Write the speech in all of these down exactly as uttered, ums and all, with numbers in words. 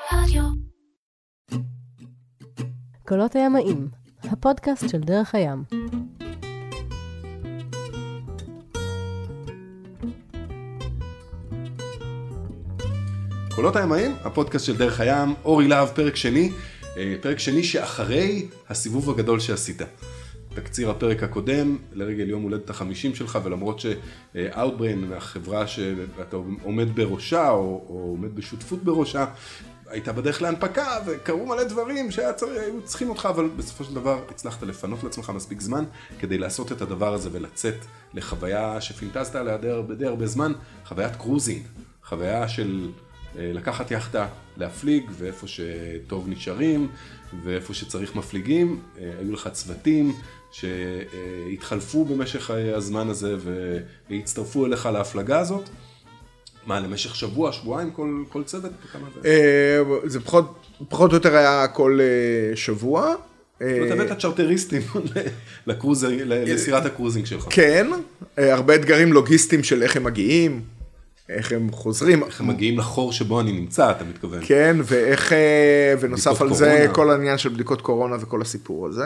רדיו. קולות הימאים, הפודקאסט של דרך הים. קולות הימאים, הפודקאסט של דרך הים, אורי להב, פרק שני, פרק שני שאחרי הסיבוב הגדול שעשית. תקציר הפרק הקודם, לרגל יום הולדת החמישים שלך, ולמרות ש-Outbrain, החברה שאתה עומד בראשה, או, או עומד בשותפות בראשה, הייתה בדרך להנפקה, וקרו מלא דברים שהיו צריכים אותך, אבל בסופו של דבר הצלחת לפנות לעצמך מספיק זמן, כדי לעשות את הדבר הזה ולצאת לחוויה שפינטזת עליה די הרבה זמן, חוויית קרוזינג, חוויה של לקחת יחדה, להפליג, ואיפה שטוב נשארים, ואיפה שצריך מפליגים, היו לך צוותים שהתחלפו במשך הזמן הזה, והצטרפו אליך להפלגה הזאת. מה, למשך שבוע, שבועיים, כל, כל צוות? זה פחות, פחות או יותר היה כל שבוע. אתה הבאת צ'רטריסטים לסירת הקרוזינג שלך. כן, הרבה אתגרים לוגיסטיים של איך הם מגיעים. איך הם חוזרים. איך הם מגיעים לחור שבו אני נמצא, אתה מתכוון. כן, ואיך, ונוסף על זה, כל העניין של בדיקות קורונה וכל הסיפור הזה.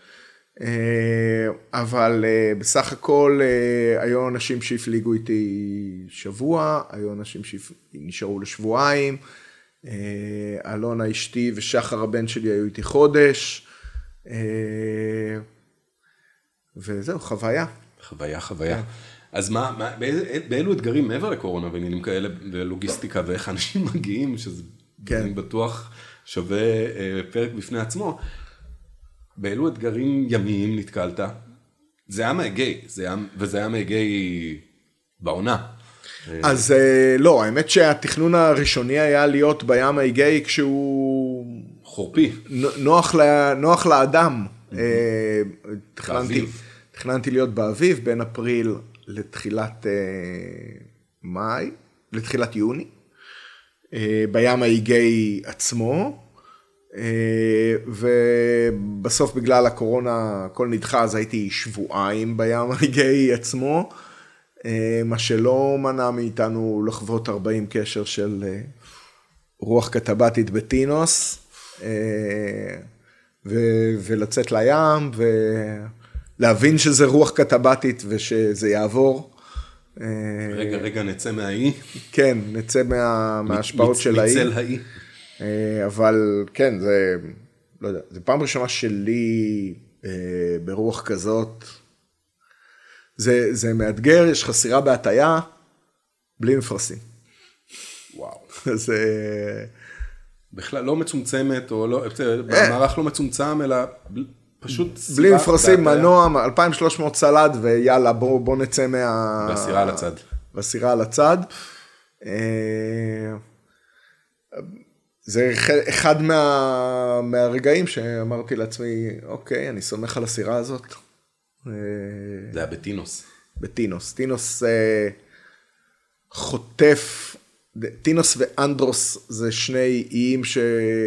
אבל בסך הכל, היו אנשים שהפליגו איתי שבוע, היו אנשים שנשארו לשבועיים, אלונה אשתי ושחר הבן שלי היו איתי חודש, וזהו, חוויה. חוויה, חוויה. אז מה, מה, באילו אתגרים מעבר לקורונה ועניינים כאלה, ולוגיסטיקה ואיך אנשים מגיעים, שזה כן. אני בטוח שווה אה, פרק בפני עצמו, באילו אתגרים ימיים נתקלת? זה היה מהגי, זה היה, וזה היה מהגי בעונה. אז אה, לא, האמת שהתכנון הראשוני היה להיות בים ההגי כשהוא... חורפי. נוח, לה, נוח לאדם. Mm-hmm. אה, תכננתי, תכננתי להיות באביב, בין אפריל... לתחילת מאי, לתחילת יוני, בים האיגי עצמו, ובסוף בגלל הקורונה הכל נדחה, אז הייתי שבועיים בים האיגי עצמו, מה שלא מנע מאיתנו לחוות ארבעים קשר של רוח קטבטית בטינוס, ולצאת לים, ו... להבין שזה רוח קטבטית ושזה יעבור. רגע, רגע, נצא מהאי. כן, נצא מה, מההשפעות של האי. מצל האי. אבל כן, זה, לא יודע, זה פעם ראשונה שלי ברוח כזאת. זה, זה מאתגר, יש חסירה בהטיה, בלי מפרסים. וואו. זה... בכלל לא מצומצמת, או לא, במערך לא מצומצם, אלא... פשוט בלי מפרסים, מנוע, אלפיים ושלוש מאות צלד, ויאללה, בוא, בוא נצא מה... בסירה על הצד. בסירה על הצד. זה אחד מה, מהרגעים שאמרתי לעצמי, אוקיי, אני סומך על הסירה הזאת. זה היה בטינוס. בטינוס. טינוס חוטף, טינוס ואנדרוס זה שני איים ש...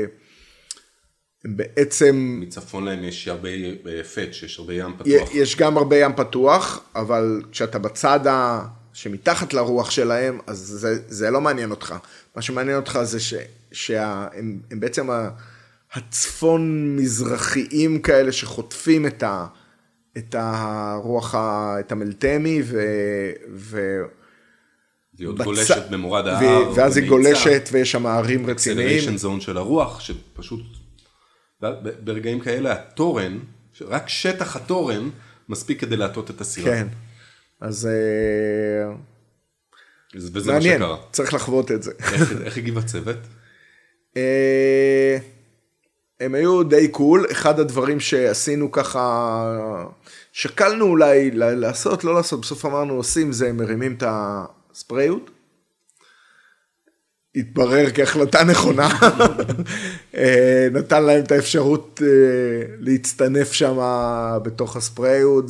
בעצם... מצפון להם יש הרבה פאץ', יש הרבה ים פתוח. יש גם הרבה ים פתוח, אבל כשאתה בצד ה... שמתחת לרוח שלהם, אז זה, זה לא מעניין אותך. מה שמעניין אותך זה ש... שהם הם בעצם הצפון מזרחיים כאלה שחוטפים את, ה... את הרוח, ה... את המלטמי, ו... ו... והיא עוד בצ... גולשת במורד ההר. ו... ואז היא גולשת ויש שם הערים רציניים. acceleration zone של הרוח, שפשוט... ברגעים כאלה התורן, רק שטח התורן מספיק כדי להטות את הסירה. כן, אז וזה מה שקרה. צריך לחוות את זה. איך, איך הגיב הצוות? הם היו די קול, אחד הדברים שעשינו ככה, שקלנו אולי לעשות, לא לעשות, בסוף אמרנו עושים זה, מרימים את הספריות, התברר כהחלטה נכונה, נתן להם את האפשרות להצטנף שם בתוך הספריות,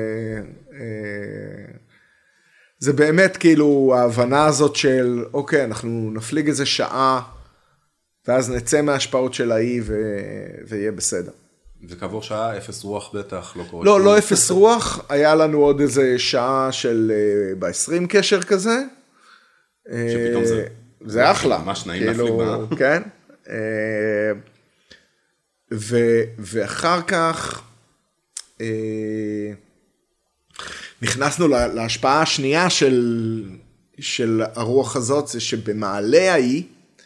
וזה באמת כאילו ההבנה הזאת של, אוקיי, אנחנו נפליג איזה שעה, ואז נצא מההשפעות של האי ויהיה בסדר. וכעבור שעה אפס רוח בטח לא קורה. לא, לא אפס רוח, היה לנו עוד איזה שעה של ב-עשרים קשר כזה. שפתאום זה... זה אחלה. ממש נעים להפליג מה. כן. ו, ואחר כך נכנסנו להשפעה השנייה של, של הרוח הזאת, זה שבמעלה האי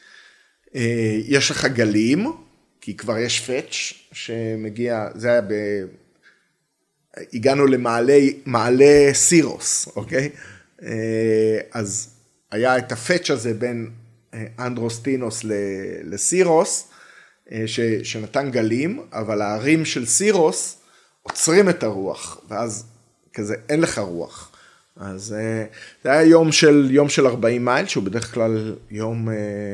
יש לך גלים, כי כבר יש פאץ' שמגיע, זה היה ב... הגענו למעלה סירוס, אוקיי? אז היה את הפאץ' הזה בין אנדרוסטינוס לסירוס, ש, שנתן גלים, אבל הערים של סירוס עוצרים את הרוח, ואז כזה אין לך רוח. אז זה היה יום של, יום של ארבעים מייל, שהוא בדרך כלל יום,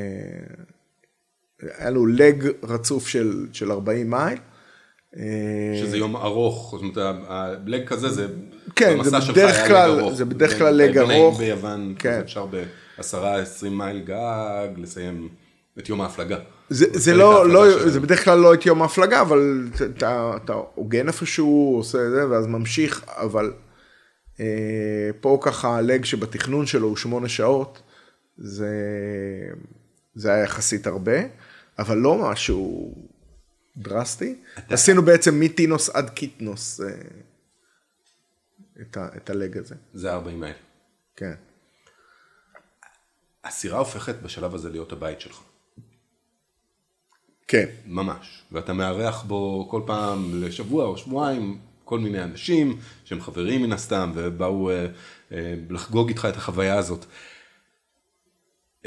היה לו לג רצוף של, של ארבעים מייל. שזה יום ארוך, זאת אומרת, הלג כזה זה, כן, זה בדרך כלל, זה בדרך כלל לג ארוך. ביוון, אפשר בעשרה עשרים מייל גג לסיים את יום ההפלגה. זה, זה לא, לא, זה בדרך כלל לא את יום ההפלגה, אבל אתה, אתה עוגן איפשהו, עושה את זה, ואז ממשיך, אבל אה, פה ככה הלג שבתכנון שלו הוא שמונה שעות, זה, זה היה יחסית הרבה, אבל לא משהו דרסטי. אתה... עשינו בעצם מטינוס עד קיטנוס אה, את, ה, את הלג הזה. זה ארבעים מייל. כן. הסירה הופכת בשלב הזה להיות הבית שלך. כן. ממש. ואתה מארח בו כל פעם לשבוע או שבועיים כל מיני אנשים שהם חברים מן הסתם ובאו אה, אה, לחגוג איתך את החוויה הזאת. אה,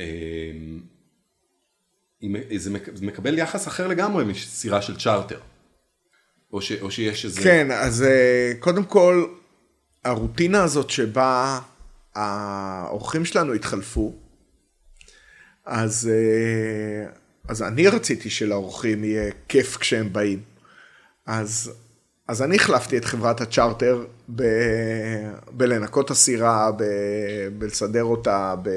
זה מקבל יחס אחר לגמרי מסירה של צ'ארטר. או, ש, או שיש איזה... כן, אז קודם כל, הרוטינה הזאת שבה האורחים שלנו התחלפו, אז, אז אני רציתי שלאורחים יהיה כיף כשהם באים. אז, אז אני החלפתי את חברת הצ'ארטר ב, בלנקות הסירה, ב, בלסדר אותה, ב...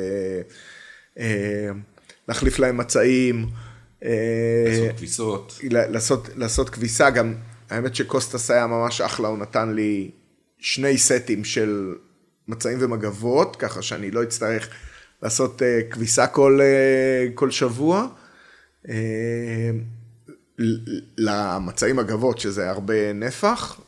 להחליף להם מצעים. לעשות כביסות. לעשות, לעשות כביסה, גם האמת שקוסטס היה ממש אחלה, הוא נתן לי שני סטים של מצעים ומגבות, ככה שאני לא אצטרך לעשות כביסה כל, כל שבוע. למצעים מגבות, שזה הרבה נפח,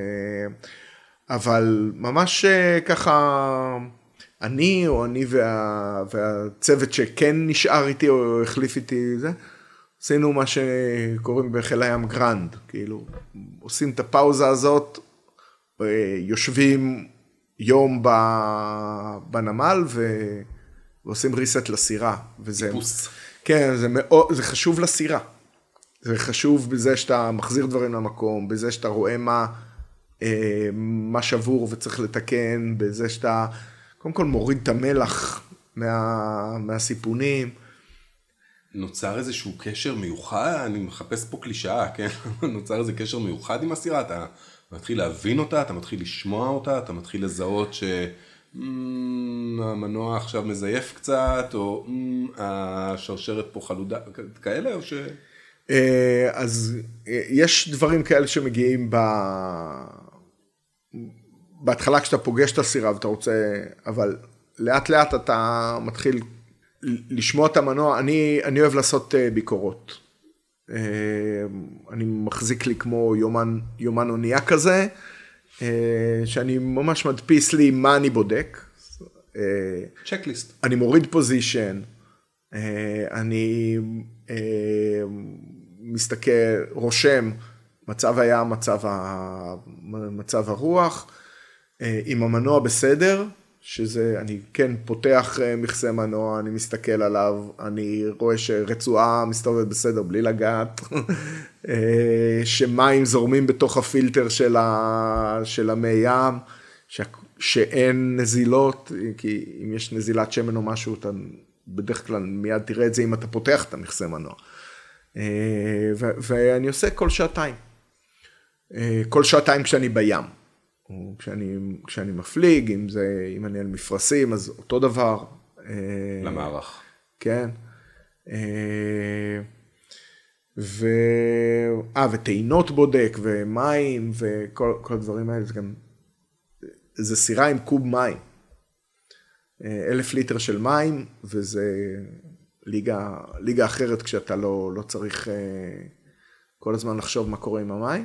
אבל ממש ככה... אני או אני וה, והצוות שכן נשאר איתי או החליף איתי זה, עשינו מה שקוראים בחיל הים גרנד, כאילו עושים את הפאוזה הזאת, יושבים יום בנמל ו... ועושים ריסט לסירה. וזה, טיפוס. כן, זה, מאוד, זה חשוב לסירה. זה חשוב בזה שאתה מחזיר דברים למקום, בזה שאתה רואה מה, מה שבור וצריך לתקן, בזה שאתה... קודם כל מוריד את המלח מה, מהסיפונים. נוצר איזשהו קשר מיוחד, אני מחפש פה קלישאה, כן? נוצר איזה קשר מיוחד עם הסירה, אתה מתחיל להבין אותה, אתה מתחיל לשמוע אותה, אתה מתחיל לזהות שהמנוע עכשיו מזייף קצת, או השרשרת פה חלודה, כאלה או ש... אז יש דברים כאלה שמגיעים ב... בהתחלה כשאתה פוגש את הסירה ואתה רוצה, אבל לאט לאט אתה מתחיל לשמוע את המנוע. אני, אני אוהב לעשות ביקורות. אני מחזיק לי כמו יומן, יומן אונייה כזה, שאני ממש מדפיס לי מה אני בודק. צ'קליסט. אני מוריד פוזישן, אני מסתכל, רושם מצב הים, מצב, ה, מצב הרוח, עם המנוע בסדר, שזה, אני כן פותח מכסה מנוע, אני מסתכל עליו, אני רואה שרצועה מסתובבת בסדר בלי לגעת, שמים זורמים בתוך הפילטר של, ה, של המי ים, ש, שאין נזילות, כי אם יש נזילת שמן או משהו, אתה בדרך כלל מיד תראה את זה אם אתה פותח את המכסה מנוע. ו, ואני עושה כל שעתיים. כל שעתיים כשאני בים. או כשאני, כשאני מפליג, אם זה, אם אני על מפרסים, אז אותו דבר. למערך. כן. ו... אה, וטעינות בודק, ומים, וכל כל הדברים האלה, זה גם, זה סירה עם קוב מים. אלף ליטר של מים, וזה ליגה, ליגה אחרת כשאתה לא, לא צריך כל הזמן לחשוב מה קורה עם המים.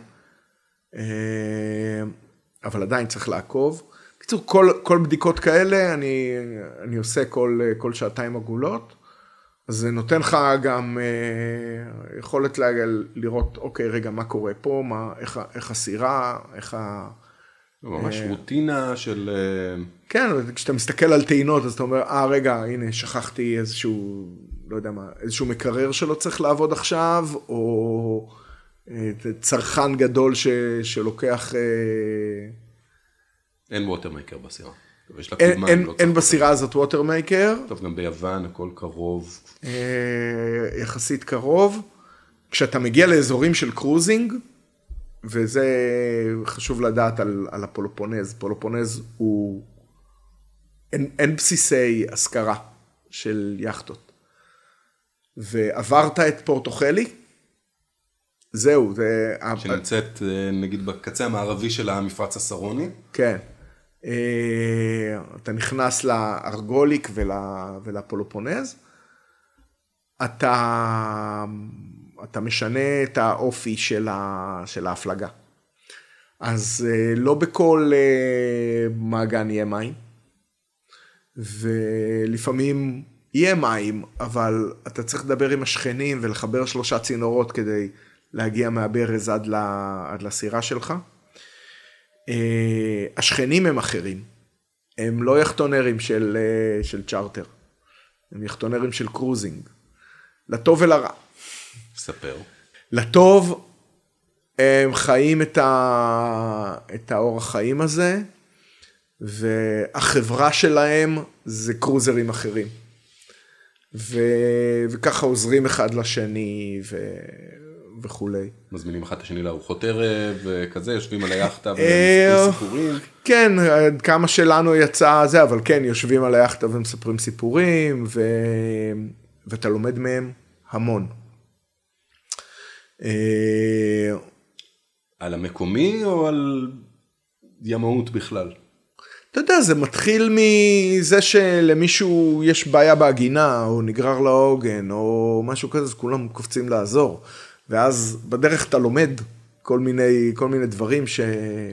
אבל עדיין צריך לעקוב. בקיצור, כל, כל בדיקות כאלה אני, אני עושה כל, כל שעתיים עגולות. אז זה נותן לך גם אה, יכולת לה, לראות, אוקיי, רגע, מה קורה פה, מה, איך, איך הסירה, איך ה... ממש אה, רוטינה של... אה... כן, כשאתה מסתכל על טעינות, אז אתה אומר, אה, רגע, הנה, שכחתי איזשהו, לא יודע מה, איזשהו מקרר שלא צריך לעבוד עכשיו, או אה, צרכן גדול ש, שלוקח... אה... אין ווטרמייקר בסירה. אין, אין, לא אין בסירה הזאת ווטרמייקר. טוב, גם ביוון הכל קרוב. יחסית קרוב. כשאתה מגיע לאזורים של קרוזינג, וזה חשוב לדעת על, על הפולופונז. פולופונז הוא, אין, אין בסיסי השכרה של יחטות. ועברת את פורטוחלי, זהו. זה... שנמצאת נגיד בקצה המערבי של המפרץ הסרוני. כן. אתה נכנס לארגוליק ולפולופונז, אתה, אתה משנה את האופי של, ה, של ההפלגה. אז לא בכל מעגן יהיה מים, ולפעמים יהיה מים, אבל אתה צריך לדבר עם השכנים ולחבר שלושה צינורות כדי להגיע מהברז עד, ל, עד לסירה שלך. השכנים הם אחרים, הם לא יחטונרים של, של צ'ארטר, הם יחטונרים של קרוזינג, לטוב ולרע. ספר. לטוב, הם חיים את, ה, את האורח חיים הזה, והחברה שלהם זה קרוזרים אחרים. ו, וככה עוזרים אחד לשני ו... וכולי. מזמינים אחד את השני לארוחות ערב, וכזה, יושבים על היחטה ומספרים סיפורים. כן, כמה שלנו יצא זה, אבל כן, יושבים על היחטה ומספרים סיפורים, ו... ואתה לומד מהם המון. על המקומי או על ימאות בכלל? אתה יודע, זה מתחיל מזה שלמישהו יש בעיה בהגינה, או נגרר לעוגן, או משהו כזה, אז כולם קופצים לעזור. ואז בדרך אתה לומד כל מיני, כל מיני דברים ש...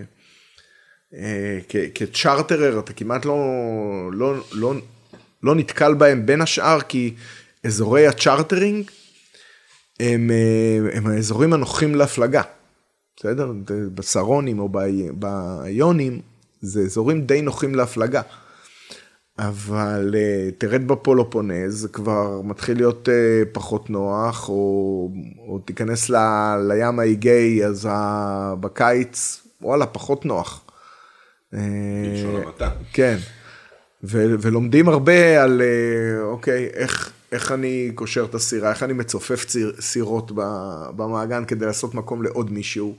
כצ'ארטרר אתה כמעט לא, לא, לא, לא נתקל בהם בין השאר, כי אזורי הצ'ארטרינג הם, הם האזורים הנוחים להפלגה. בסדר? בסרונים או באיונים, זה אזורים די נוחים להפלגה. אבל תרד בפולופונז, זה כבר מתחיל להיות פחות נוח, או, או תיכנס ל, לים האיגאי, אז בקיץ, וואלה, פחות נוח. בלשון המעטה. כן. ו, ולומדים הרבה על, אוקיי, איך, איך אני קושר את הסירה, איך אני מצופף ציר, סירות במעגן, כדי לעשות מקום לעוד מישהו.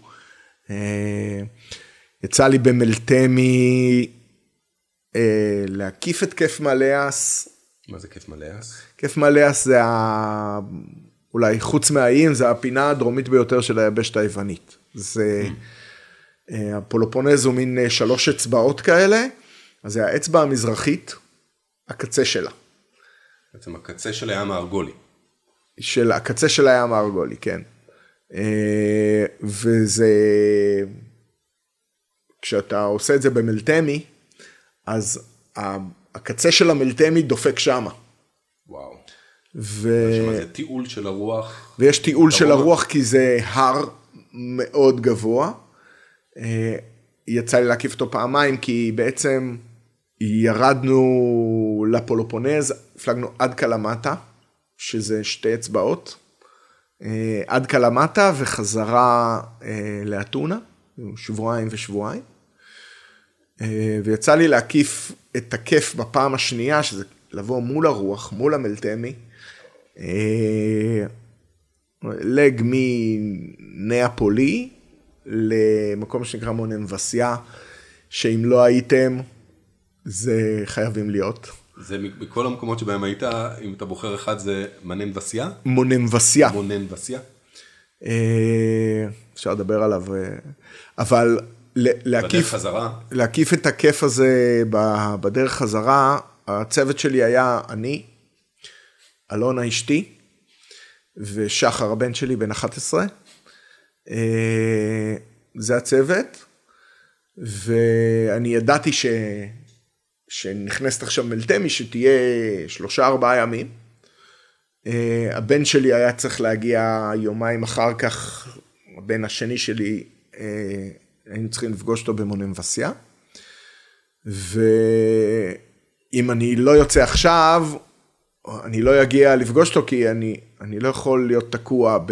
יצא לי במלטמי, להקיף את כיף מלאס. מה זה כיף מלאס? כיף מלאס זה ה... אולי חוץ מהאיים, זה הפינה הדרומית ביותר של היבשת היוונית. זה... הפולופונז הוא מין שלוש אצבעות כאלה, אז זה האצבע המזרחית, הקצה שלה. בעצם הקצה של הים הארגולי. של הקצה של הים הארגולי, כן. וזה... כשאתה עושה את זה במלטמי, אז הקצה של המלטמי דופק שמה. וואו. ו... זה טיעול של הרוח. ויש טיעול של הרוח כי זה הר מאוד גבוה. יצא לי להקיף אותו פעמיים, כי בעצם ירדנו לפולופונז, הפלגנו עד קלמטה, שזה שתי אצבעות, עד קלמטה וחזרה לאתונה, שבועיים ושבועיים. ויצא לי להקיף את הכיף בפעם השנייה, שזה לבוא מול הרוח, מול המלטמי, לג מנאפולי, למקום שנקרא מוננבסיה, שאם לא הייתם, זה חייבים להיות. זה מכל המקומות שבהם היית, אם אתה בוחר אחד, זה מוננבסיה? מוננבסיה. מוננבסיה. אפשר לדבר עליו, אבל להקיף, להקיף את הכיף הזה בדרך חזרה, הצוות שלי היה אני, אלונה אשתי, ושחר הבן שלי בן אחת עשרה. זה הצוות, ואני ידעתי ש... שנכנסת עכשיו מלטמי, שתהיה שלושה ארבעה ימים. הבן שלי היה צריך להגיע יומיים אחר כך, הבן השני שלי, היינו צריכים לפגוש אותו במונה מבסיה. ואם אני לא יוצא עכשיו, אני לא אגיע לפגוש אותו, כי אני, אני לא יכול להיות תקוע ב...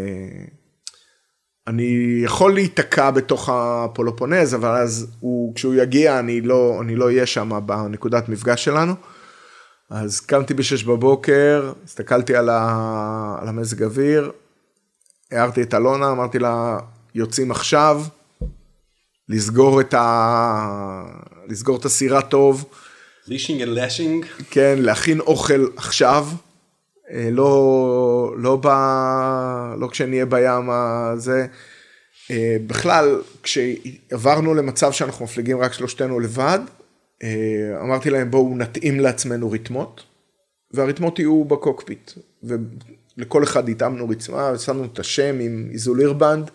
אני יכול להיתקע בתוך הפולופונז, אבל אז הוא, כשהוא יגיע, אני לא, אני לא אהיה שם בנקודת מפגש שלנו. אז קמתי בשש בבוקר, הסתכלתי על, ה, על המזג אוויר, הערתי את אלונה, אמרתי לה, יוצאים עכשיו, לסגור את ה... לסגור את הסירה טוב. לישינג and lashing. כן, להכין אוכל עכשיו. לא, לא ב... לא כשנהיה בים הזה. בכלל, כשעברנו למצב שאנחנו מפליגים רק שלושתנו לבד, אמרתי להם, בואו נתאים לעצמנו ריתמות, והריתמות יהיו בקוקפיט. ולכל אחד התאמנו ריתמה, ושמנו את השם עם איזוליר בנד,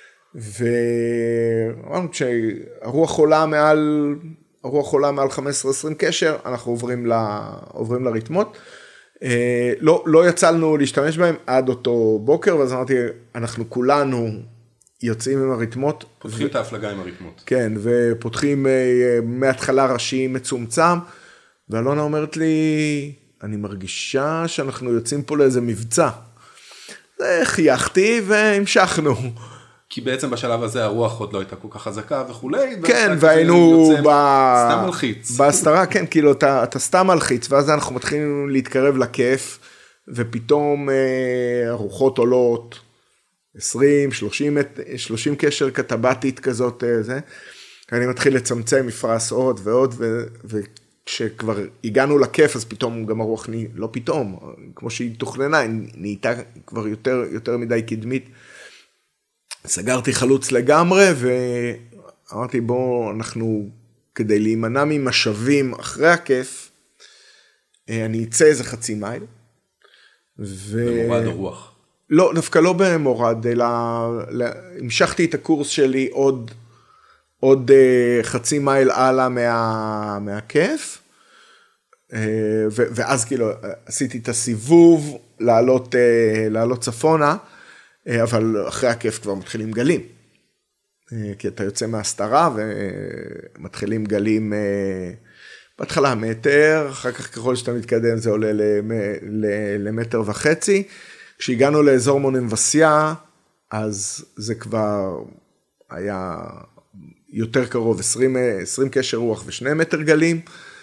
ואמרנו, כשהרוח עולה מעל, הרוח עולה מעל חמש עשרה עשרים קשר, אנחנו עוברים, ל... עוברים לריתמות. לא, לא יצלנו להשתמש בהם עד אותו בוקר, ואז אמרתי, אנחנו כולנו יוצאים עם הריתמות. פותחים ו... את ההפלגה עם הריתמות. כן, ופותחים מההתחלה ראשי מצומצם, ואלונה אומרת לי, אני מרגישה שאנחנו יוצאים פה לאיזה מבצע. חייכתי והמשכנו. כי בעצם בשלב הזה הרוח עוד לא הייתה כל כך חזקה וכולי. כן, והיינו ב... סתם מלחיץ. בהסתרה, כן, כאילו אתה, אתה סתם מלחיץ, ואז אנחנו מתחילים להתקרב לכיף, ופתאום אה, הרוחות עולות עשרים, שלושים, שלושים קשר קטבטית כזאת, אה, זה. אני מתחיל לצמצם מפרס עוד ועוד, ו... וכשכבר הגענו לכיף, אז פתאום גם הרוח, נה... לא פתאום, כמו שהיא תוכננה, היא נהייתה כבר יותר, יותר מדי קדמית. סגרתי חלוץ לגמרי, ואמרתי, בוא, אנחנו, כדי להימנע ממשאבים אחרי הכיף, אני אצא איזה חצי מייל. ו... במורד הרוח. לא, דווקא לא במורד, אלא המשכתי את הקורס שלי עוד, עוד חצי מייל הלאה מה, מהכיף, ו... ואז כאילו עשיתי את הסיבוב, לעלות, לעלות צפונה, אבל אחרי הכיף כבר מתחילים גלים, כי אתה יוצא מהסתרה ומתחילים גלים בהתחלה מטר, אחר כך ככל שאתה מתקדם זה עולה למטר וחצי. כשהגענו לאזור מונה מבסיה, אז זה כבר היה יותר קרוב, עשרים, עשרים קשר רוח ושני מטר גלים,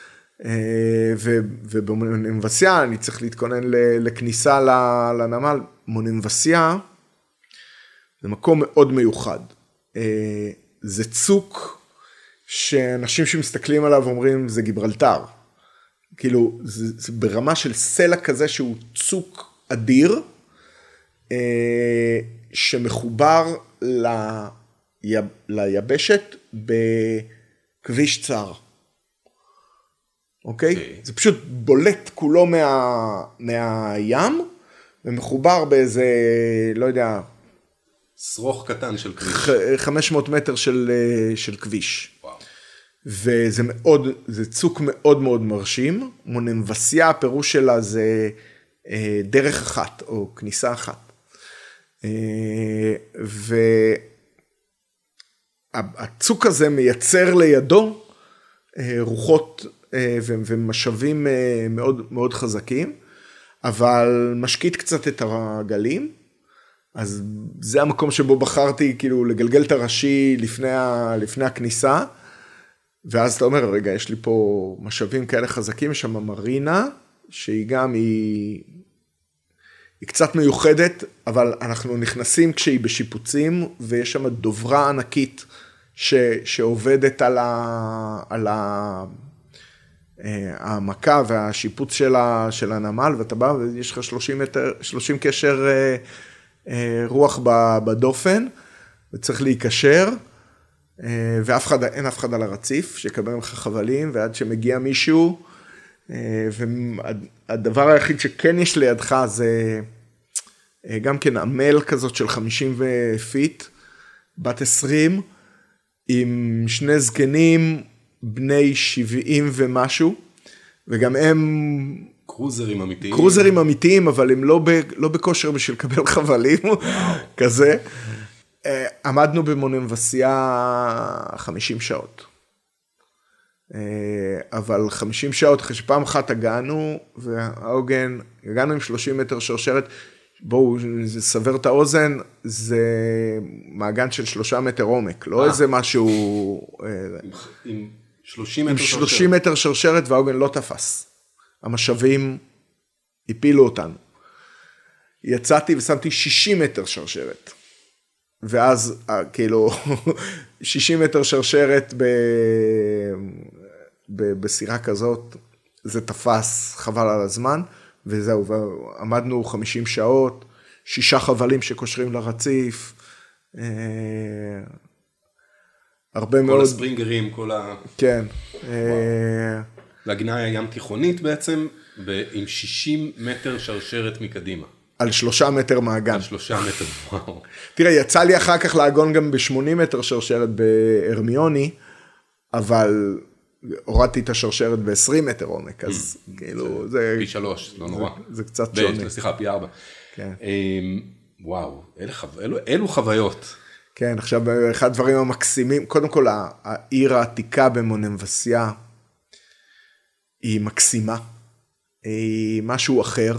ובמונה מבסיה אני צריך להתכונן לכניסה לנמל. מונה מבסיה, זה מקום מאוד מיוחד. זה צוק שאנשים שמסתכלים עליו אומרים, זה גיברלטר. כאילו, זה, זה ברמה של סלע כזה שהוא צוק אדיר, שמחובר לי, ליבשת בכביש צר. אוקיי? Okay. זה פשוט בולט כולו מה, מהים, ומחובר באיזה, לא יודע, שרוך קטן של כביש. חמש מאות מטר של, של כביש. וואו. וזה מאוד, זה צוק מאוד מאוד מרשים. מונה מבסיה, הפירוש שלה זה דרך אחת, או כניסה אחת. והצוק הזה מייצר לידו רוחות ומשאבים מאוד, מאוד חזקים, אבל משקיט קצת את הגלים. אז זה המקום שבו בחרתי כאילו לגלגל את הראשי לפני, ה, לפני הכניסה, ואז אתה אומר, רגע, יש לי פה משאבים כאלה חזקים, יש שם מרינה, שהיא גם, היא, היא קצת מיוחדת, אבל אנחנו נכנסים כשהיא בשיפוצים, ויש שם דוברה ענקית, ש, שעובדת על ה... על ה העמקה והשיפוץ של, ה, של הנמל, ואתה בא ויש לך שלושים מטר, שלושים קשר רוח בדופן, וצריך להיקשר, ואף אחד, אין אף אחד על הרציף, שיקבל לך חבלים, ועד שמגיע מישהו, הדבר היחיד שכן יש לידך זה גם כן עמל כזאת של חמישים פיט, בת עשרים, עם שני זקנים בני שבעים ומשהו, וגם הם... קרוזרים אמיתיים. קרוזרים אמיתיים, אבל הם לא, ב, לא בכושר בשביל לקבל חבלים, כזה. עמדנו במונבסיה חמישים שעות. אבל חמישים שעות, אחרי שפעם אחת הגענו, והעוגן, הגענו עם שלושים מטר שרשרת, בואו, זה סבר את האוזן, זה מעגן של שלושה מטר עומק, לא איזה משהו... עם שלושים מטר עם שרשרת. שלושים מטר שרשרת, והעוגן לא תפס. המשאבים הפילו אותנו. יצאתי ושמתי שישים מטר שרשרת. ואז, כאילו, שישים מטר שרשרת ב... ב... בסירה כזאת, זה תפס חבל על הזמן, וזהו, ועמדנו חמישים שעות, שישה חבלים שקושרים לרציף, אה... הרבה כל מאוד... כל הספרינגרים, כל ה... כן. אה... והגינה היה ים תיכונית בעצם, עם שישים מטר שרשרת מקדימה. על שלושה מטר מעגן. על שלושה מטר, וואו. תראה, יצא לי אחר כך לעגון גם ב-שמונים מטר שרשרת בהרמיוני, אבל הורדתי את השרשרת ב-עשרים מטר עומק, אז כאילו זה... פי שלוש, לא נורא. זה קצת שונה. סליחה, פי ארבע. כן. וואו, אלו חוויות. כן, עכשיו, אחד הדברים המקסימים, קודם כל, העיר העתיקה במונבסיה, היא מקסימה, היא משהו אחר,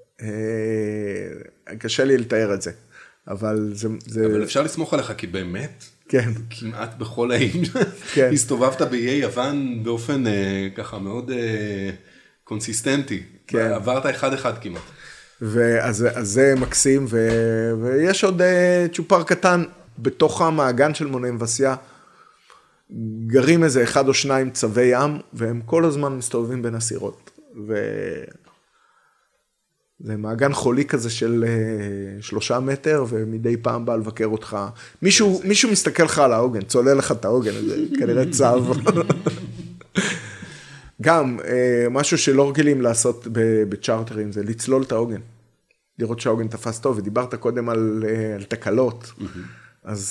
קשה לי לתאר את זה, אבל זה... זה... אבל אפשר לסמוך עליך, כי באמת, כן. כמעט בכל האיים, כן. הסתובבת באיי יוון באופן ככה מאוד קונסיסטנטי, כן. עברת אחד אחד כמעט. ואז, אז זה מקסים, ו... ויש עוד צ'ופר קטן בתוך המעגן של מונבסיה, גרים איזה אחד או שניים צווי ים, והם כל הזמן מסתובבים בין הסירות. וזה מעגן חולי כזה של שלושה מטר, ומדי פעם בא לבקר אותך. מישהו, מישהו מסתכל לך על העוגן, צולל לך את העוגן, זה כנראה צו. גם, משהו שלא רגילים לעשות בצ'ארטרים, זה לצלול את העוגן. לראות שהעוגן תפס טוב, ודיברת קודם על, על תקלות. אז...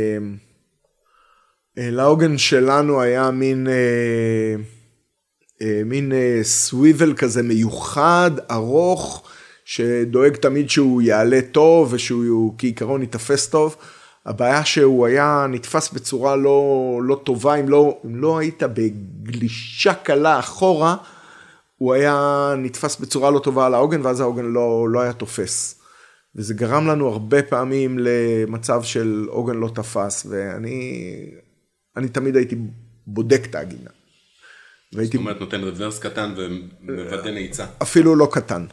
לעוגן שלנו היה מין, אה, אה, מין אה, סוויבל כזה מיוחד, ארוך, שדואג תמיד שהוא יעלה טוב, ושהוא כעיקרון יתפס טוב. הבעיה שהוא היה נתפס בצורה לא, לא טובה, אם לא, אם לא היית בגלישה קלה אחורה, הוא היה נתפס בצורה לא טובה על העוגן, ואז העוגן לא, לא היה תופס. וזה גרם לנו הרבה פעמים למצב של עוגן לא תפס, ואני... אני תמיד הייתי בודק את העגינה. זאת אומרת, נותן רוורס קטן ומוודא נעיצה. אפילו לא קטן.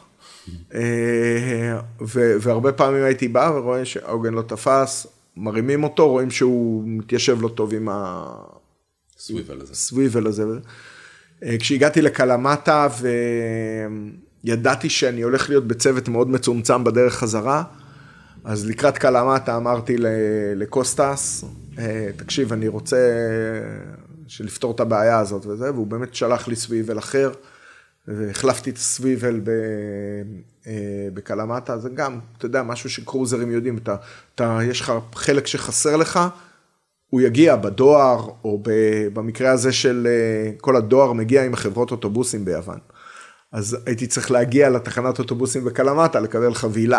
והרבה פעמים הייתי בא ורואה שהעוגן לא תפס, מרימים אותו, רואים שהוא מתיישב לא טוב עם הסוויבל הזה. כשהגעתי לקלמטה וידעתי שאני הולך להיות בצוות מאוד מצומצם בדרך חזרה, אז לקראת קלמטה אמרתי לקוסטס, תקשיב, אני רוצה לפתור את הבעיה הזאת וזה, והוא באמת שלח לי סוויבל אחר, והחלפתי את הסוויבל בקלמטה, זה גם, אתה יודע, משהו שקרוזרים יודעים, אתה, אתה, יש לך חלק שחסר לך, הוא יגיע בדואר, או במקרה הזה של כל הדואר מגיע עם החברות אוטובוסים ביוון. אז הייתי צריך להגיע לתחנת אוטובוסים בקלמטה, לקבל חבילה.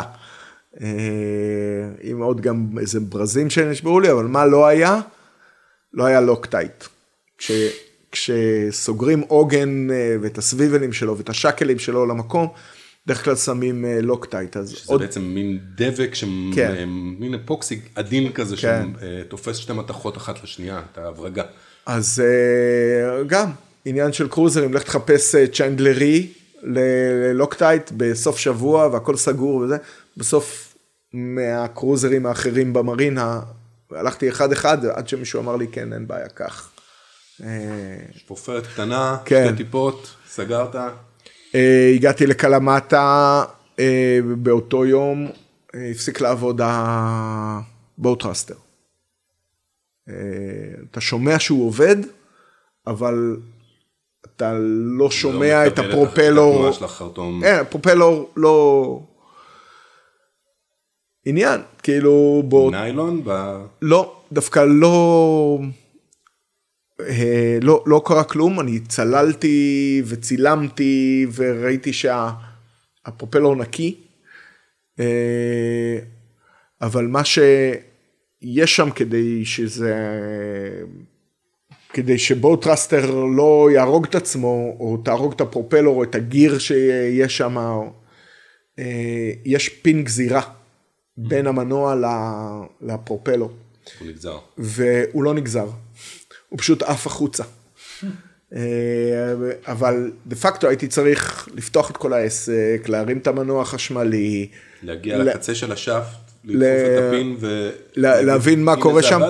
עם עוד גם איזה ברזים שנשברו לי, אבל מה לא היה? לא היה לוקטייט. כש, כשסוגרים עוגן ואת הסביבלים שלו ואת השקלים שלו למקום, דרך כלל שמים לוקטייט. שזה עוד... בעצם מין דבק, שמ... כן. מין אפוקסי עדין כזה, כן. שתופס שתי מתחות אחת לשנייה, את ההברגה. אז גם, עניין של קרוזרים, לך תחפש צ'נדלרי ללוקטייט בסוף שבוע, והכל סגור וזה. בסוף מהקרוזרים האחרים במרינה, הלכתי אחד אחד, עד שמישהו אמר לי, כן, אין בעיה, כך. שפופרת קטנה, כן. שתי טיפות, סגרת. הגעתי לקלמטה באותו יום, הפסיק לעבוד הבוטרסטר. אתה שומע שהוא עובד, אבל אתה לא שומע את הפרופלור. אין, הפרופלור לא... עניין, כאילו... ניילון? לא, דווקא לא... לא, לא קרה כלום, אני צללתי וצילמתי וראיתי שהפרופלור נקי, אבל מה שיש שם כדי שזה, כדי שבוט טרסטר לא יהרוג את עצמו, או תהרוג את הפרופלור, או את הגיר שיש שם, יש פין גזירה בין המנוע לפרופלור. הוא נגזר. והוא לא נגזר. הוא פשוט עף החוצה. אבל דה פקטו הייתי צריך לפתוח את כל העסק, להרים את המנוע החשמלי. להגיע לקצה של השאפט, לדחוף את הפין ו... להבין מה קורה שם.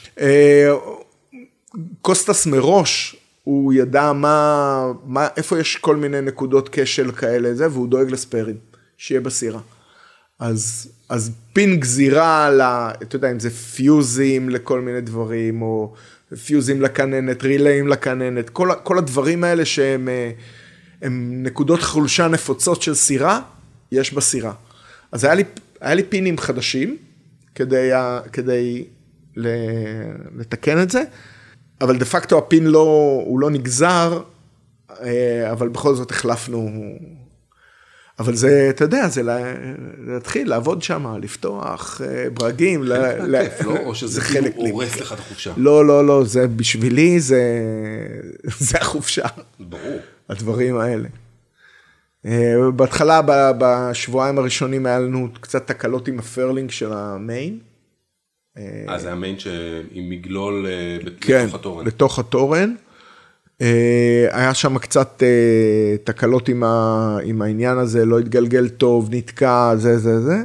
קוסטס מראש, הוא ידע מה, איפה יש כל מיני נקודות כשל כאלה, והוא דואג לספיירים, שיהיה בסירה. אז, אז פין גזירה, אתה יודע, אם זה פיוזים לכל מיני דברים, או... פיוזים לקננת, רילאים לקננת, כל, כל הדברים האלה שהם הם נקודות חולשה נפוצות של סירה, יש בסירה. אז היה לי, היה לי פינים חדשים, כדי, כדי לתקן את זה, אבל דה פקטו הפין לא, הוא לא נגזר, אבל בכל זאת החלפנו, אבל זה, אתה יודע, זה להתחיל לעבוד שם, לפתוח ברגים. כיף, לא? או שזה כאילו הורס לך את החופשה? לא, לא, לא, זה בשבילי, זה החופשה. ברור. הדברים האלה. בהתחלה, בשבועיים הראשונים, היה לנו קצת תקלות עם הפרלינג של המיין. אה, זה המיין עם מגלול לתוך התורן. כן, לתוך התורן. היה שם קצת תקלות עם העניין הזה, לא התגלגל טוב, נתקע, זה, זה, זה.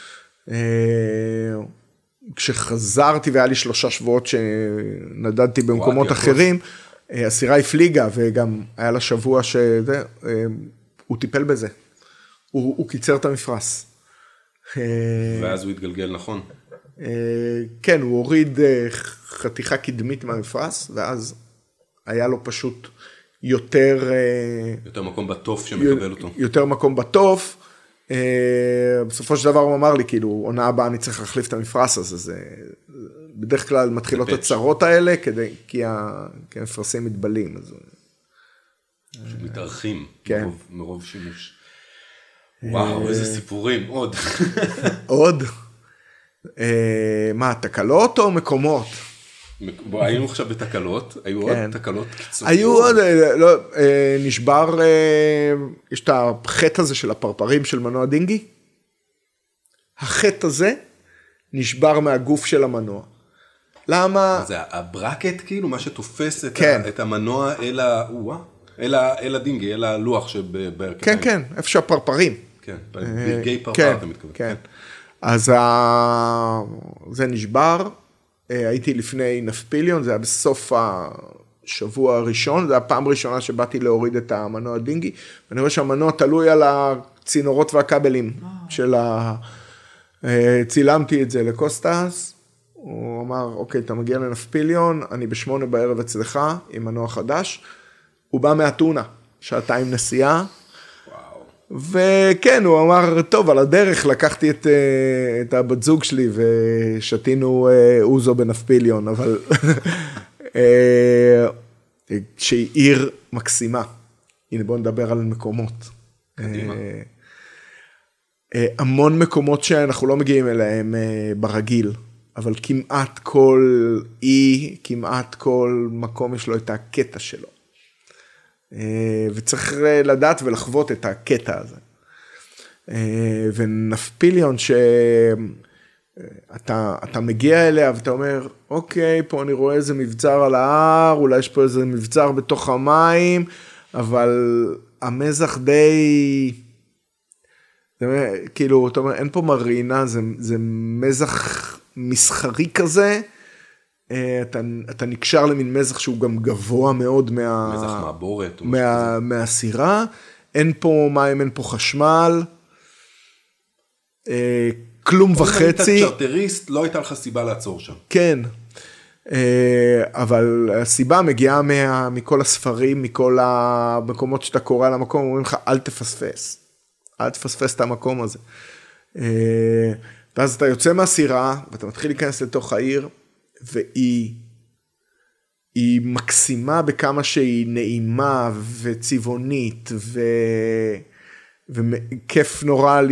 כשחזרתי והיה לי שלושה שבועות שנדדתי במקומות אחרים, הסירה הפליגה וגם היה לה שבוע שזה, הוא טיפל בזה. הוא, הוא קיצר את המפרס. ואז הוא התגלגל נכון? כן, הוא הוריד חתיכה קדמית מהמפרס, ואז... היה לו פשוט יותר... יותר מקום בטוף שמקבל אותו. יותר מקום בטוף. בסופו של דבר הוא אמר לי, כאילו, עונה הבאה אני צריך להחליף את המפרס הזה. זה בדרך כלל מתחילות הצרות האלה, כדי, כי המפרסים מתבלים. מתארחים מרוב שימוש. וואו, איזה סיפורים. עוד. עוד? מה, תקלות או מקומות? היינו עכשיו בתקלות, היו עוד תקלות קיצוניות. היו עוד, נשבר, יש את החטא הזה של הפרפרים של מנוע דינגי. החטא הזה נשבר מהגוף של המנוע. למה? זה הברקט כאילו, מה שתופס את המנוע אל הדינגי, אל הלוח שברכיים. כן, כן, איפה שהפרפרים. כן, ברגעי פרפר אתה מתכוון. כן, אז זה נשבר. הייתי לפני נפפיליון, זה היה בסוף השבוע הראשון, זה היה הפעם הראשונה שבאתי להוריד את המנוע דינגי, ואני רואה שהמנוע תלוי על הצינורות והכבלים של ה... צילמתי את זה לקוסטס, הוא אמר, אוקיי, אתה מגיע לנפפיליון, אני בשמונה בערב אצלך, עם מנוע חדש, הוא בא מאתונה, שעתיים נסיעה, וכן, הוא אמר, טוב, על הדרך לקחתי את, את הבת זוג שלי ושתינו אוזו בנפפיליון, אבל שהיא עיר מקסימה. הנה, בואו נדבר על מקומות. קדימה. המון מקומות שאנחנו לא מגיעים אליהם ברגיל, אבל כמעט כל אי, כמעט כל מקום יש לו את הקטע שלו. וצריך לדעת ולחוות את הקטע הזה. ונפפיליון שאתה אתה מגיע אליה ואתה אומר, אוקיי, פה אני רואה איזה מבצר על ההר, אולי יש פה איזה מבצר בתוך המים, אבל המזח די, כאילו, אתה אומר, אין פה מרינה, זה, זה מזח מסחרי כזה, אתה, אתה נקשר למין מזח שהוא גם גבוה מאוד מה... מזח מעבורת. מה, מהסירה, אין פה מים, אין פה חשמל, כלום וחצי. אם היית צ'רטריסט, לא הייתה לך סיבה לעצור שם. כן, אבל הסיבה מגיעה מה, מכל הספרים, מכל המקומות שאתה קורא על המקום, אומרים לך, אל תפספס, אל תפספס את המקום הזה. ואז אתה יוצא מהסירה, ואתה מתחיל להיכנס לתוך העיר, והיא היא מקסימה בכמה שהיא נעימה וצבעונית, ו... וכיף נורא ל...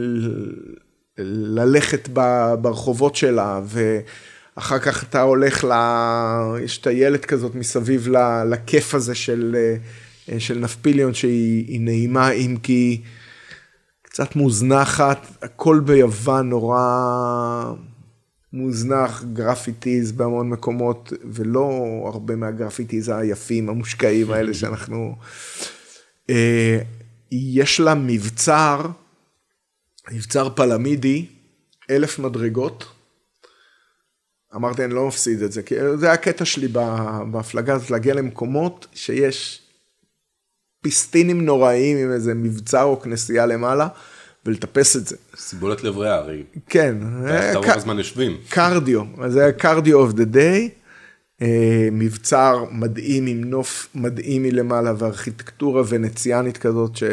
ללכת ברחובות שלה, ואחר כך אתה הולך, ל... יש את הילד כזאת מסביב לכיף הזה של, של נפפיליון, שהיא נעימה, אם כי קצת מוזנחת, הכל ביוון נורא מוזנח, גרפיטיז בהמון מקומות, ולא הרבה מהגרפיטיז היפים, המושקעים האלה שאנחנו... יש לה מבצר, מבצר פלמידי, אלף מדרגות. אמרתי, אני לא מפסיד את זה, כי זה היה הקטע שלי בהפלגה הזאת, להגיע למקומות שיש פיסטינים נוראים עם איזה מבצר או כנסייה למעלה, ולטפס את זה. סיבולת לב ריאה, הרי. כן. אתה רוב הזמן יושבים. קרדיו, זה היה קרדיו אוף דה דיי, מבצר מדהים עם נוף מדהים מלמעלה, וארכיטקטורה ונציאנית כזאת, ש...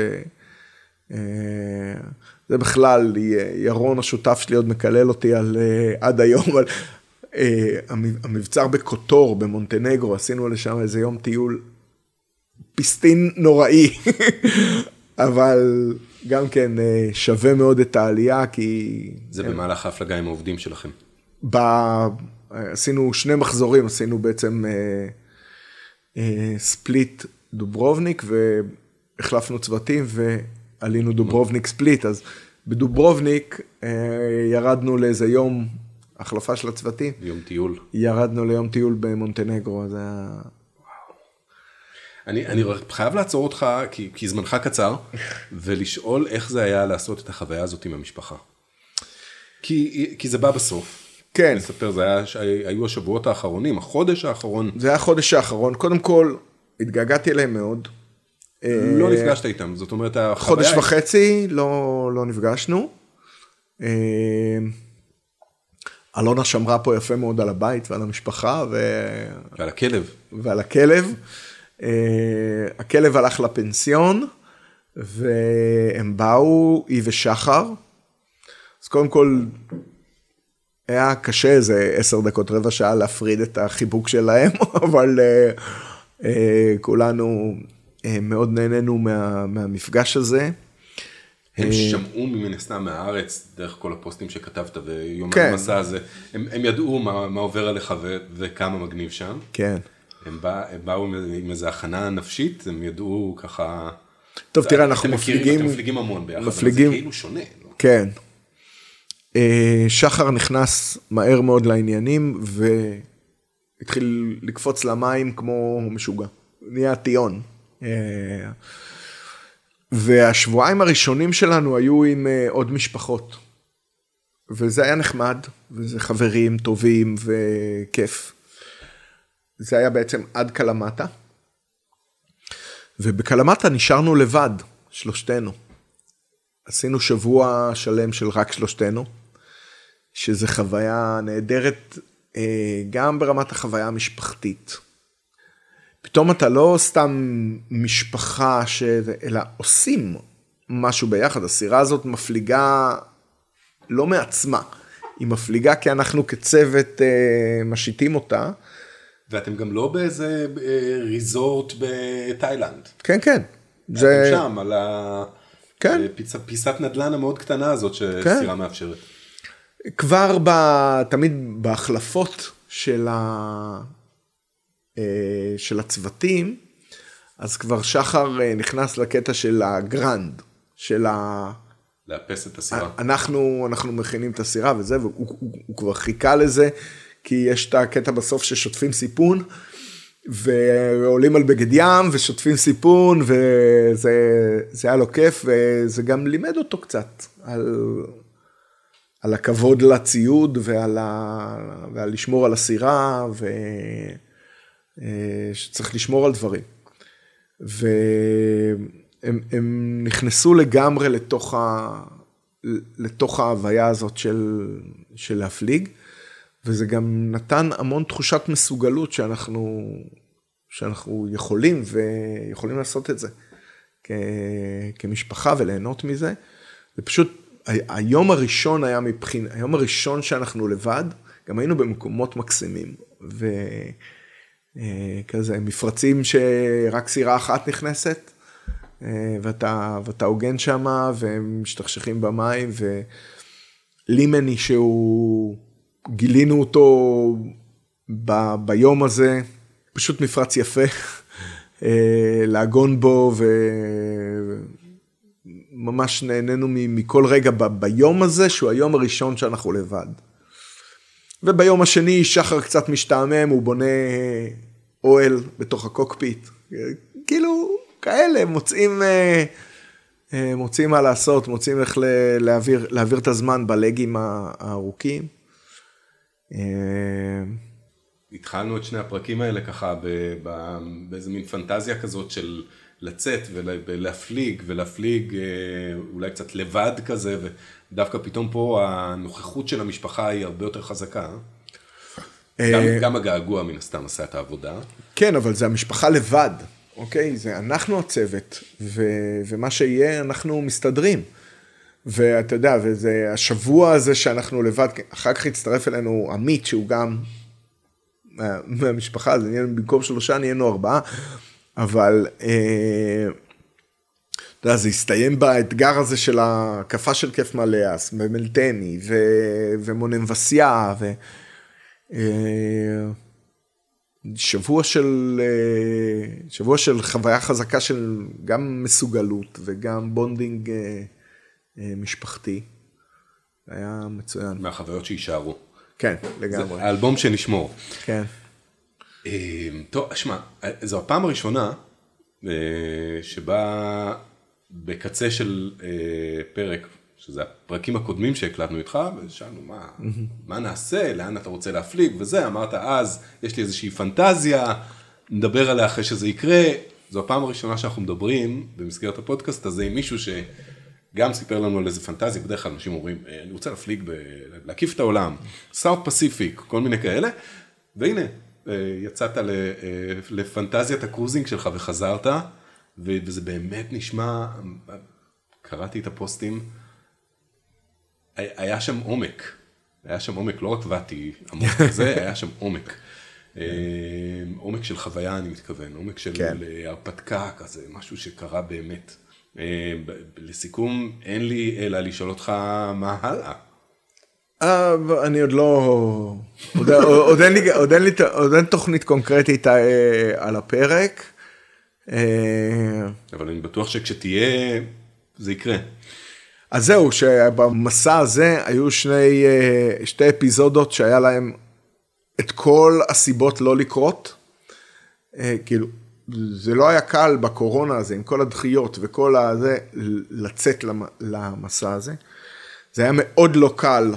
זה בכלל, ירון השותף שלי עוד מקלל אותי על, עד היום, על המבצר בקוטור, במונטנגרו, עשינו לשם איזה יום טיול פיסטין נוראי, אבל גם כן שווה מאוד את העלייה, כי... זה במהלך ההפלגה עם העובדים שלכם. ב... עשינו שני מחזורים, עשינו בעצם ספליט דוברובניק, והחלפנו צוותים, ועלינו דוברובניק ספליט, אז בדוברובניק ירדנו לאיזה יום החלפה של הצוותים. יום טיול. ירדנו ליום טיול במונטנגרו, אז היה... אני, אני חייב לעצור אותך, כי, כי זמנך קצר, ולשאול איך זה היה לעשות את החוויה הזאת עם המשפחה. כי, כי זה בא בסוף. כן. לספר, זה היה, היו השבועות האחרונים, החודש האחרון. זה היה החודש האחרון. קודם כל, התגעגעתי אליהם מאוד. לא נפגשת איתם, זאת אומרת, החוויה... חודש וחצי לא, לא נפגשנו. אלונה שמרה פה יפה מאוד על הבית ועל המשפחה. ו... ועל הכלב. ועל הכלב. הכלב הלך לפנסיון, והם באו, היא ושחר. אז קודם כל... היה קשה איזה עשר דקות, רבע שעה להפריד את החיבוק שלהם, אבל uh, uh, כולנו uh, מאוד נהנינו מה, מהמפגש הזה. הם שמעו מן הסתם מהארץ, דרך כל הפוסטים שכתבת, ויום כן. המסע הזה, הם, הם ידעו מה, מה עובר עליך ו, וכמה מגניב שם. כן. הם, בא, הם באו עם איזו הכנה נפשית, הם ידעו ככה... טוב, זה, תראה, אנחנו מפליגים. מפליגים... אתם מפליגים המון ביחד, מפליגים... אבל זה כאילו שונה. לא? כן. שחר נכנס מהר מאוד לעניינים, והתחיל לקפוץ למים כמו משוגע. נהיה טיון. והשבועיים הראשונים שלנו היו עם עוד משפחות. וזה היה נחמד, וזה חברים טובים וכיף. זה היה בעצם עד קלמטה. ובקלמטה נשארנו לבד, שלושתנו. עשינו שבוע שלם של רק שלושתנו. שזה חוויה נהדרת, גם ברמת החוויה המשפחתית. פתאום אתה לא סתם משפחה, ש... אלא עושים משהו ביחד. הסירה הזאת מפליגה לא מעצמה. היא מפליגה כי אנחנו כצוות משיתים אותה. ואתם גם לא באיזה ריזורט בתאילנד. כן, כן. זה... אתם שם, על הפיסת כן. נדל"ן המאוד קטנה הזאת שסירה כן. מאפשרת. כבר ב, תמיד בהחלפות של, ה, של הצוותים, אז כבר שחר נכנס לקטע של הגרנד, של ה... לאפס את הסירה. אנחנו, אנחנו מכינים את הסירה וזה, והוא הוא, הוא כבר חיכה לזה, כי יש את הקטע בסוף ששוטפים סיפון, ועולים על בגד ים ושוטפים סיפון, וזה היה לו כיף, וזה גם לימד אותו קצת על... על הכבוד לציוד ועל, ה... ועל לשמור על הסירה, ושצריך לשמור על דברים. והם הם נכנסו לגמרי לתוך, ה... לתוך ההוויה הזאת של, של להפליג, וזה גם נתן המון תחושת מסוגלות שאנחנו, שאנחנו יכולים ויכולים לעשות את זה כ, כמשפחה וליהנות מזה. זה פשוט, היום הראשון היה מבחין, היום הראשון שאנחנו לבד, גם היינו במקומות מקסימים, וכזה מפרצים שרק סירה אחת נכנסת, ואתה, ואתה עוגן שמה, והם משתכשכים במים, ולימני שהוא, גילינו אותו ב, ביום הזה, פשוט מפרץ יפה, להגון בו, וממש נהנינו מכל רגע ב, ביום הזה, שהוא היום הראשון שאנחנו לבד. וביום השני שחר קצת משתעמם, הוא בונה אוהל בתוך הקוקפיט, כאילו כאלה, מוצאים, מוצאים מה לעשות, מוצאים איך להעביר, להעביר את הזמן בלגים הארוכים. התחלנו את שני הפרקים האלה ככה באיזה מין פנטזיה כזאת של לצאת ולהפליג, ולהפליג אולי קצת לבד כזה, ודווקא פתאום פה הנוכחות של המשפחה היא הרבה יותר חזקה. גם, גם הגעגוע מן הסתם עשה את העבודה. כן, אבל זה המשפחה לבד, אוקיי? זה אנחנו הצוות, ו, ומה שיהיה אנחנו מסתדרים. ואתה יודע, וזה השבוע הזה שאנחנו לבד, אחר כך הצטרף אלינו עמית, שהוא גם מהמשפחה, זה נהיינו במקום שלושה, נהיינו ארבעה, אבל אה, אתה יודע, זה הסתיים באתגר הזה של הקפה של כיף מלאס, ומלטני, ו, ומוננבסיה, ו... אה, שבוע של, אה, שבוע של חוויה חזקה של גם מסוגלות, וגם בונדינג אה, אה, משפחתי. היה מצוין. מהחוויות שישארו. כן, לגמרי. זה האלבום שנשמור. כן. טוב, שמע, זו הפעם הראשונה שבה בקצה של פרק, שזה הפרקים הקודמים שהקלטנו איתך, ושאלנו מה, מה נעשה, לאן אתה רוצה להפליג וזה, אמרת אז, יש לי איזושהי פנטזיה, נדבר עליה אחרי שזה יקרה. זו הפעם הראשונה שאנחנו מדברים במסגרת הפודקאסט הזה עם מישהו שגם סיפר לנו על איזה פנטזיה, בדרך כלל אנשים אומרים, אני רוצה להפליג, ב... להקיף את העולם, סאוט פסיפיק, כל מיני כאלה, והנה, יצאת לפנטזיית הקרוזינג שלך וחזרת, וזה באמת נשמע, קראתי את הפוסטים, היה שם עומק, היה שם עומק, לא רק ואתי עמוק כזה, היה שם עומק. עומק של חוויה אני מתכוון, עומק של הרפתקה כזה, משהו שקרה באמת. לסיכום, אין לי אלא לשאול אותך מה הלאה. אני עוד לא, עוד אין לי, עוד אין לי, עוד אין תוכנית קונקרטית על הפרק. אבל אני בטוח שכשתהיה, זה יקרה. אז זהו, שבמסע הזה היו שני, שתי אפיזודות שהיה להם את כל הסיבות לא לקרות. כאילו, זה לא היה קל בקורונה הזה, עם כל הדחיות וכל הזה, לצאת למסע הזה. זה היה מאוד לא קל.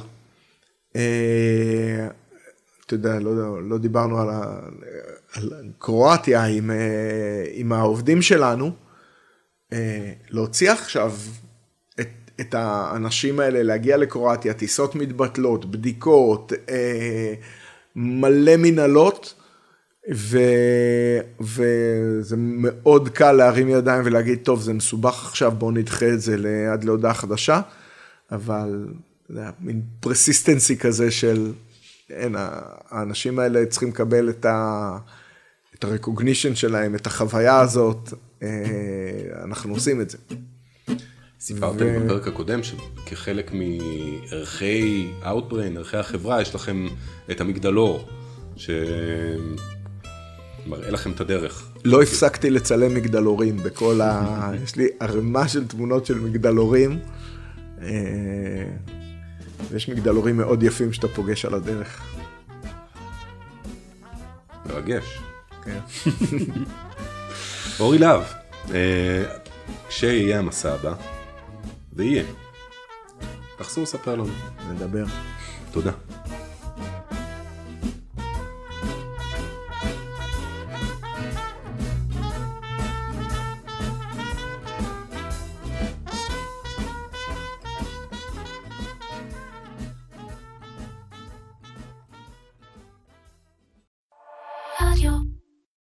אתה יודע, לא, לא דיברנו על, ה, על קרואטיה עם, עם העובדים שלנו, להוציא עכשיו את, את האנשים האלה, להגיע לקרואטיה, טיסות מתבטלות, בדיקות, מלא מנהלות, ו, וזה מאוד קל להרים ידיים ולהגיד, טוב, זה מסובך עכשיו, בואו נדחה את זה עד להודעה חדשה, אבל זה מין פרסיסטנסי כזה של, אין, האנשים האלה צריכים לקבל את ה, את הרקוגנישן שלהם, את החוויה הזאת, אנחנו עושים את זה. סיפרתם ו... בפרק הקודם שכחלק מערכי Outbrain, ערכי החברה, יש לכם את המגדלור, שמראה לכם את הדרך. לא הפסקתי לצלם מגדלורים בכל ה... יש לי ערימה של תמונות של מגדלורים, ויש מגדלורים מאוד יפים שאתה פוגש על הדרך. מרגש. כן. אורי להב, כשיהיה המסע הבא, ויהיה. תחזור לספר לנו. נדבר. תודה.